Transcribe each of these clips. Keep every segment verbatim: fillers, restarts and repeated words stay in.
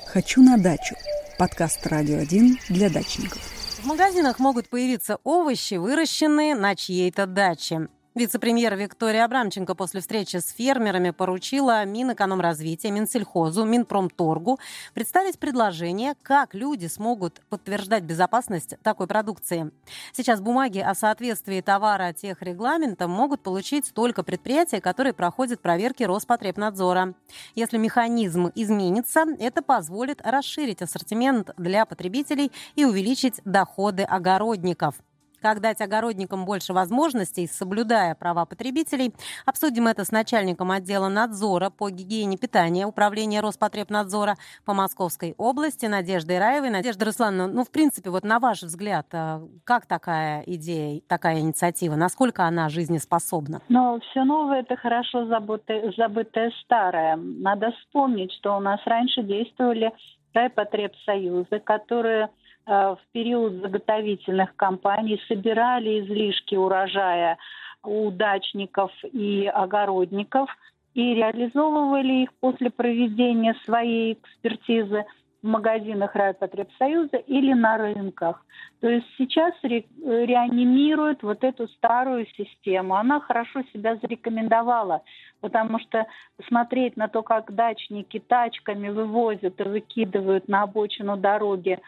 «Хочу на дачу» – подкаст «Радио один» для дачников. В магазинах могут появиться овощи, выращенные на чьей-то даче. Вице-премьер Виктория Абрамченко после встречи с фермерами поручила Минэкономразвития, Минсельхозу, Минпромторгу представить предложение, как люди смогут подтверждать безопасность такой продукции. Сейчас бумаги о соответствии товара техрегламентам могут получить только предприятия, которые проходят проверки Роспотребнадзора. Если механизм изменится, это позволит расширить ассортимент для потребителей и увеличить доходы огородников. Как дать огородникам больше возможностей, соблюдая права потребителей, обсудим это с начальником отдела надзора по гигиене питания Управления Роспотребнадзора по Московской области Надеждой Раевой. Надежда Руслановна, ну, в принципе, вот на ваш взгляд, как такая идея, такая инициатива, насколько она жизнеспособна? Но все новое – это хорошо забытое, забытое старое. Надо вспомнить, что у нас раньше действовали райпотребсоюзы, которые в период заготовительных кампаний собирали излишки урожая у дачников и огородников и реализовывали их после проведения своей экспертизы в магазинах райпотребсоюза или на рынках. То есть сейчас ре- реанимируют вот эту старую систему. Она хорошо себя зарекомендовала, потому что смотреть на то, как дачники тачками вывозят и выкидывают на обочину дороги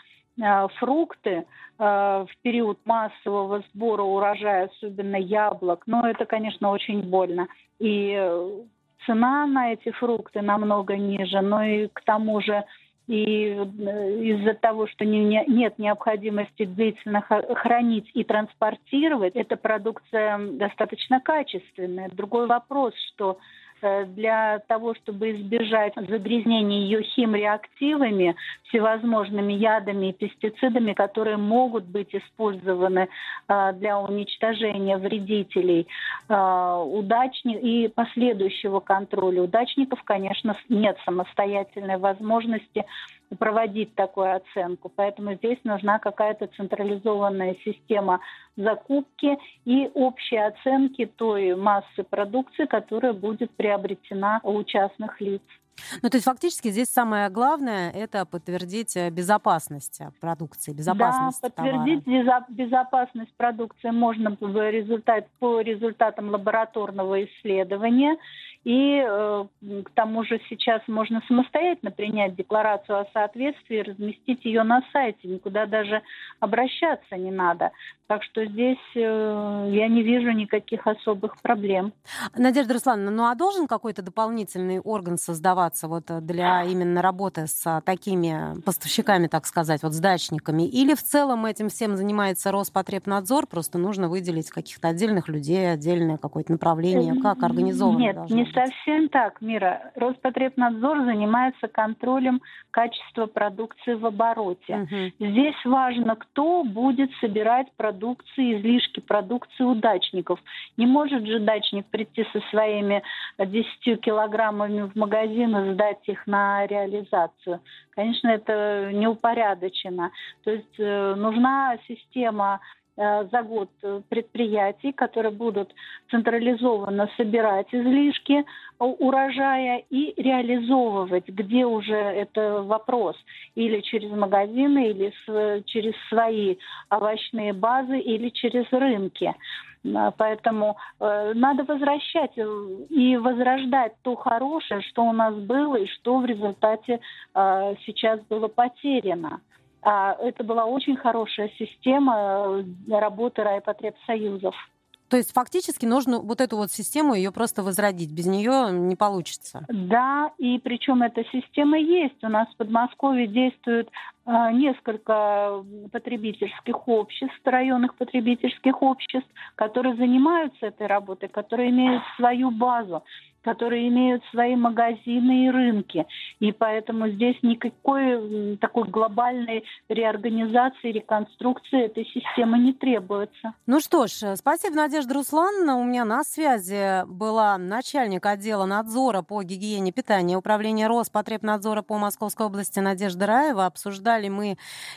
фрукты в период массового сбора урожая, особенно яблок, но это, конечно, очень больно. И цена на эти фрукты намного ниже, но и к тому же и из-за того, что не, не, нет необходимости длительно хранить и транспортировать, эта продукция достаточно качественная. Другой вопрос, что для того, чтобы избежать загрязнения ее химреактивами, всевозможными ядами и пестицидами, которые могут быть использованы для уничтожения вредителей, удачни и последующего контроля. У дачников, конечно, нет самостоятельной возможности проводить такую оценку. Поэтому здесь нужна какая-то централизованная система закупки и общей оценки той массы продукции, которая будет приобретена у частных лиц. Ну, то есть фактически здесь самое главное – это подтвердить безопасность продукции, безопасность да, подтвердить товара. Безопасность продукции можно по, результат, по результатам лабораторного исследования. И э, к тому же сейчас можно самостоятельно принять декларацию о соответствии и разместить ее на сайте. Никуда даже обращаться не надо. Так что здесь э, я не вижу никаких особых проблем. Надежда Руслановна, ну а должен какой-то дополнительный орган создаваться вот для именно работы с такими поставщиками, так сказать, вот с дачниками? Или в целом этим всем занимается Роспотребнадзор, просто нужно выделить каких-то отдельных людей, отдельное какое-то направление? Как организовано Нет, должно не быть? совсем так, Мира. Роспотребнадзор занимается контролем качества продукции в обороте. Угу. Здесь важно, кто будет собирать продукцию, излишки продукции у дачников. Не может же дачник прийти со своими десятью килограммами в магазин и сдать их на реализацию. Конечно, это неупорядочено. То есть э, нужна система э, за год предприятий, которые будут централизованно собирать излишки урожая и реализовывать, где уже это вопрос, или через магазины, или с, через свои овощные базы, или через рынки. Поэтому э, надо возвращать и возрождать то хорошее, что у нас было и что в результате э, сейчас было потеряно. А это была очень хорошая система работы райпотребсоюзов. То есть фактически нужно вот эту вот систему, ее просто возродить. Без нее не получится. Да, и причем эта система есть. У нас в Подмосковье действует э, несколько потребительских обществ, районных потребительских обществ, которые занимаются этой работой, которые имеют свою базу, которые имеют свои магазины и рынки. И поэтому здесь никакой такой глобальной реорганизации, реконструкции этой системы не требуется. Ну что ж, спасибо, Надежда Руслановна. У меня на связи была начальник отдела надзора по гигиене питания Управления Роспотребнадзора по Московской области Надежда Раева. Обсуждали мы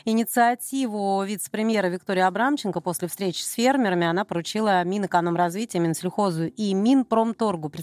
инициативу вице-премьера Виктории Абрамченко после встречи с фермерами. Она поручила Минэкономразвития, Минсельхозу и Минпромторгу представить предложение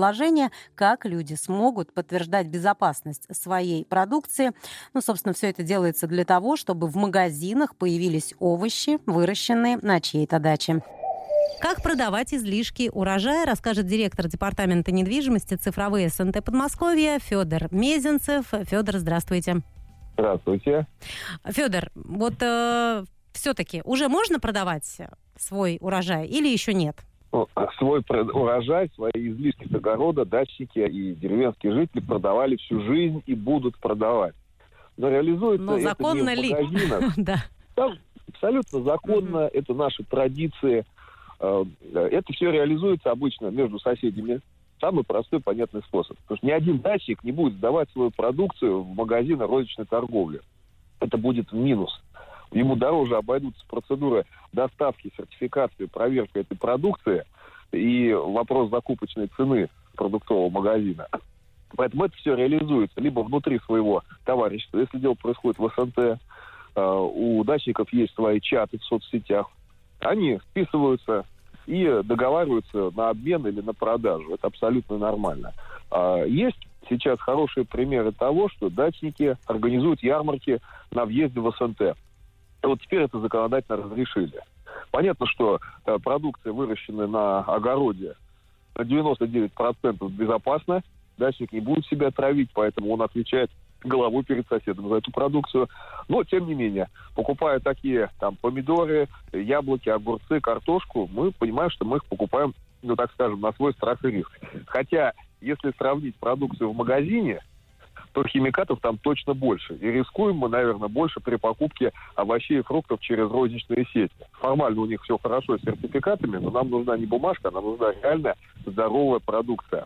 налогообложения, как люди смогут подтверждать безопасность своей продукции. Ну, собственно, все это делается для того, чтобы в магазинах появились овощи, выращенные на чьей-то даче. Как продавать излишки урожая, расскажет директор департамента недвижимости цифровые эс эн тэ Подмосковья Федор Мезенцев. Федор, здравствуйте. Здравствуйте. Федор, вот э, все-таки уже можно продавать свой урожай или еще нет? Ну, свой урожай, свои излишки с огорода дачники и деревенские жители продавали всю жизнь и будут продавать. Но реализуется Но это законно не в ли? магазинах. Да. Там абсолютно законно, это наши традиции. Это все реализуется обычно между соседями. Самый простой, понятный способ. Потому что ни один дачник не будет сдавать свою продукцию в магазины розничной торговли. Это будет минус. Ему дороже обойдутся процедуры доставки, сертификации, проверки этой продукции и вопрос закупочной цены продуктового магазина. Поэтому это все реализуется либо внутри своего товарищества. Если дело происходит в эс эн тэ, у дачников есть свои чаты в соцсетях. Они вписываются и договариваются на обмен или на продажу. Это абсолютно нормально. Есть сейчас хорошие примеры того, что дачники организуют ярмарки на въезде в эс эн тэ. И вот теперь это законодательно разрешили. Понятно, что продукция, выращенная на огороде, на девяносто девять процентов безопасна. Дачник не будет себя травить, поэтому он отвечает головой перед соседом за эту продукцию. Но, тем не менее, покупая такие там помидоры, яблоки, огурцы, картошку, мы понимаем, что мы их покупаем, ну, так скажем, на свой страх и риск. Хотя, если сравнить продукцию в магазине, то химикатов там точно больше. И рискуем мы, наверное, больше при покупке овощей и фруктов через розничные сети. Формально у них все хорошо с сертификатами, но нам нужна не бумажка, нам нужна реальная здоровая продукция.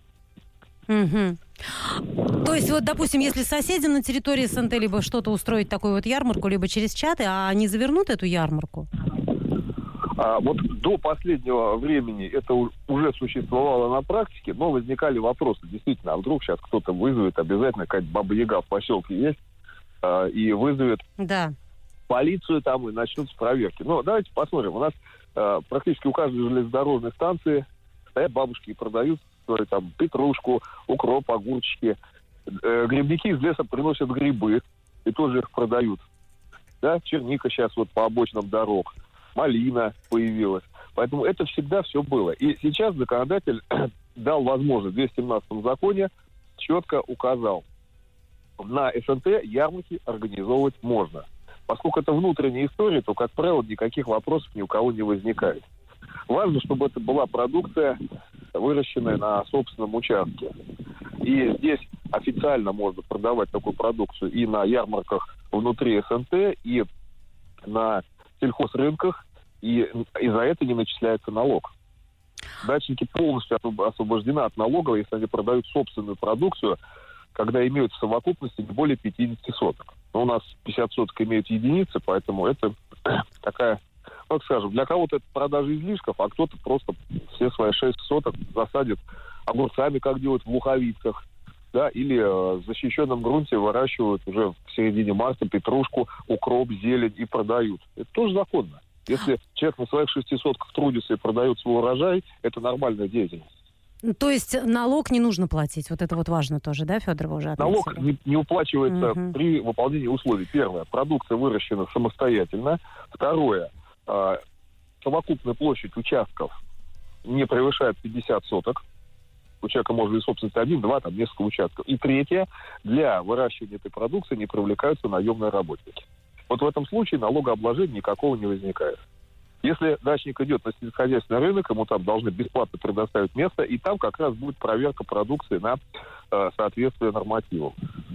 Угу. То есть, вот, допустим, если соседям на территории эс эн тэ либо что-то устроить такую вот ярмарку, либо через чаты, а они завернут эту ярмарку? А вот до последнего времени это уже существовало на практике, но возникали вопросы. Действительно, а вдруг сейчас кто-то вызовет, обязательно какая-то баба-яга в поселке есть, а, и вызовет да. полицию там, и начнутся проверки. Но давайте посмотрим. У нас а, практически у каждой железнодорожной станции стоят бабушки и продают там петрушку, укроп, огурчики. Э, грибники из леса приносят грибы и тоже их продают. Да, черника сейчас вот по обочинам дорог, малина появилась. Поэтому это всегда все было. И сейчас законодатель дал возможность, в двести семнадцатом законе четко указал, на эс эн тэ ярмарки организовывать можно. Поскольку это внутренняя история, то, как правило, никаких вопросов ни у кого не возникает. Важно, чтобы это была продукция, выращенная на собственном участке. И здесь официально можно продавать такую продукцию и на ярмарках внутри эс эн тэ, и на сельхозрынках, и, и за это не начисляется налог. Дачники полностью освобождены от налога, если они продают собственную продукцию, когда имеют в совокупности не более пятьдесят соток. Но у нас пятьдесят соток имеют единицы, поэтому это такая... Ну, скажем, для кого-то это продажа излишков, а кто-то просто все свои шесть соток засадит огурцами, как делают в Луховицах, да, или э, в защищенном грунте выращивают уже в середине марта петрушку, укроп, зелень и продают. Это тоже законно. Если человек на своих шести сотках трудится и продает свой урожай, это нормальная деятельность. То есть налог не нужно платить. Вот это вот важно тоже, да, Федор, вы уже отметили? Налог не, не уплачивается угу. при выполнении условий. Первое, продукция выращена самостоятельно. Второе, э, совокупная площадь участков не превышает пятьдесят соток. У человека может быть собственность один, два, там несколько участков. И третье, для выращивания этой продукции не привлекаются наемные работники. Вот в этом случае налогообложения никакого не возникает. Если дачник идет на сельскохозяйственный рынок, ему там должны бесплатно предоставить место, и там как раз будет проверка продукции на э, соответствие нормативам.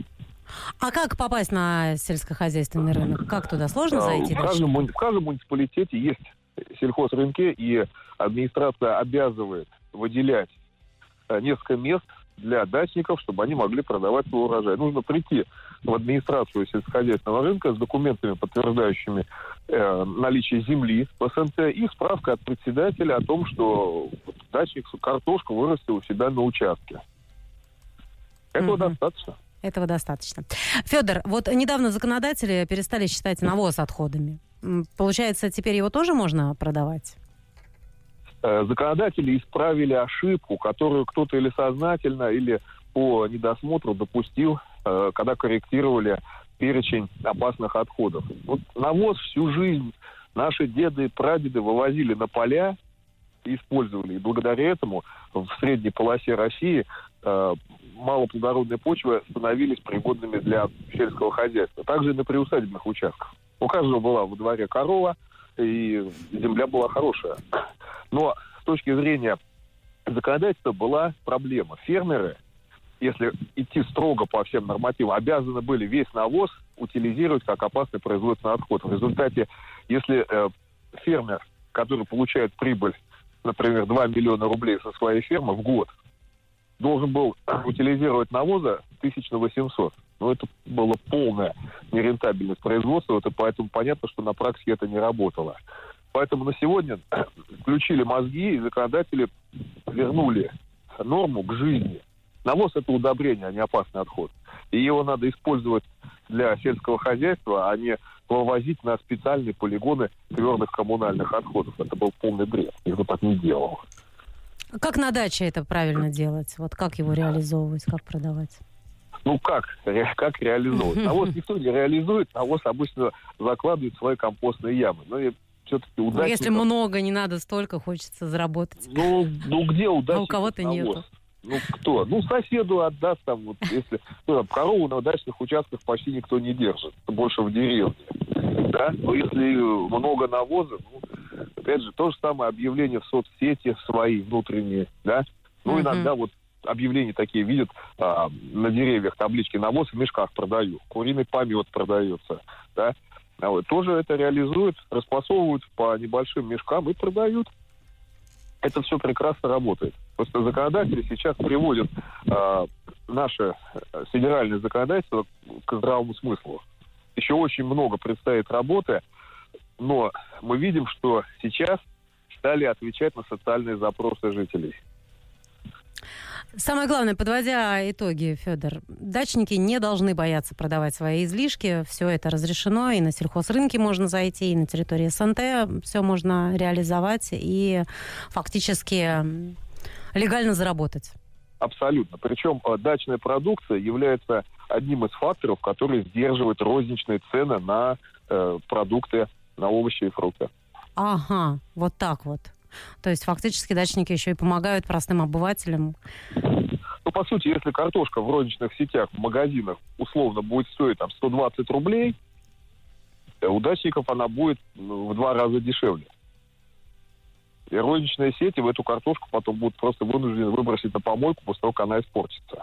А как попасть на сельскохозяйственный рынок? Как туда? Сложно зайти? В каждом, в каждом муниципалитете есть сельхозрынки, и администрация обязывает выделять несколько мест для дачников, чтобы они могли продавать свой урожай. Нужно прийти в администрацию сельскохозяйственного рынка с документами, подтверждающими э, наличие земли в эс эн тэ, и справка от председателя о том, что дачник картошку вырастил у себя на участке. Этого угу. достаточно. Этого достаточно. Федор, вот недавно законодатели перестали считать навоз отходами. Получается, теперь его тоже можно продавать? э, законодатели исправили ошибку, которую кто-то или сознательно, или по недосмотру допустил, э, когда корректировали перечень опасных отходов. Вот навоз всю жизнь наши деды и прадеды вывозили на поля и использовали. И благодаря этому в средней полосе России э, малоплодородные почвы становились пригодными для сельского хозяйства. Также и на приусадебных участках. У каждого была во дворе корова, и земля была хорошая. Но с точки зрения законодательства была проблема. Фермеры, если идти строго по всем нормативам, обязаны были весь навоз утилизировать как опасный производственный отход. В результате, если э, фермер, который получает прибыль, например, два миллиона рублей со своей фермы в год, должен был утилизировать навоза тысяч на восемьсот. Но это была полная нерентабельность производства, это поэтому понятно, что на практике это не работало. Поэтому на сегодня включили мозги, и законодатели вернули норму к жизни. Навоз – это удобрение, а не опасный отход. И его надо использовать для сельского хозяйства, а не вывозить на специальные полигоны твердых коммунальных отходов. Это был полный бред. Никто так не делал. Как на даче это правильно делать? Вот как его реализовывать, как продавать? Ну как? Ре- как реализовывать? Навоз никто не реализует, навоз обычно закладывает в свои компостные ямы. Но и все-таки удачников... Если много, не надо столько, хочется заработать. Ну, ну где удачников А у кого-то навоз? нету. Ну, кто? Ну, соседу отдаст там, вот, если... Ну, там, корову на дачных участках почти никто не держит. Больше в деревне. Да? Но если много навоза, ну, опять же, то же самое объявление в соцсети свои внутренние, да? Ну, Мгм. иногда вот объявления такие видят а, на деревьях, таблички: навоз в мешках продаю, куриный помет продается, да? А вот тоже это реализуют, распасовывают по небольшим мешкам и продают. Это все прекрасно работает. Просто законодатели сейчас приводят э, наше федеральное законодательство к здравому смыслу. Еще очень много предстоит работы, но мы видим, что сейчас стали отвечать на социальные запросы жителей. Самое главное, подводя итоги, Федор, дачники не должны бояться продавать свои излишки. Все это разрешено, и на сельхозрынке можно зайти, и на территории СНТ все можно реализовать и фактически легально заработать. Абсолютно. Причем э, дачная продукция является одним из факторов, который сдерживает розничные цены на э, продукты, на овощи и фрукты. Ага, вот так вот. То есть фактически дачники еще и помогают простым обывателям. Ну, по сути, если картошка в розничных сетях, в магазинах условно будет стоить там сто двадцать рублей, у дачников она будет ну, в два раза дешевле. И розничные сети в эту картошку потом будут просто вынуждены выбросить на помойку после того, как она испортится.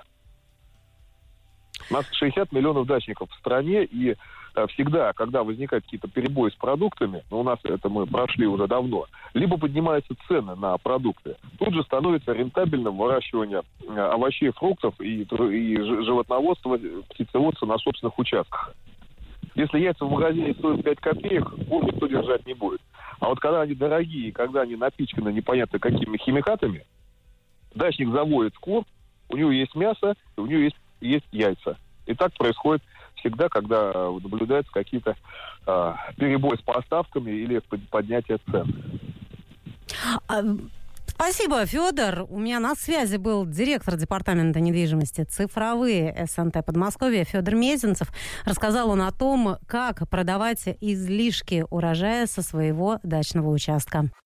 У нас шестьдесят миллионов дачников в стране, и э, всегда, когда возникают какие-то перебои с продуктами, ну, у нас это мы прошли уже давно, либо поднимаются цены на продукты, тут же становится рентабельным выращивание э, овощей, фруктов и, и животноводство, птицеводство на собственных участках. Если яйца в магазине стоят пять копеек, кур никто держать не будет. А вот когда они дорогие, когда они напичканы непонятно какими химикатами, дачник заводит кур, у него есть мясо, у него есть есть яйца. И так происходит всегда, когда наблюдаются какие-то э, перебои с поставками или поднятие цен. Спасибо, Федор. У меня на связи был директор департамента недвижимости «Цифровые СНТ Подмосковья» Федор Мезенцев. Рассказал он о том, как продавать излишки урожая со своего дачного участка.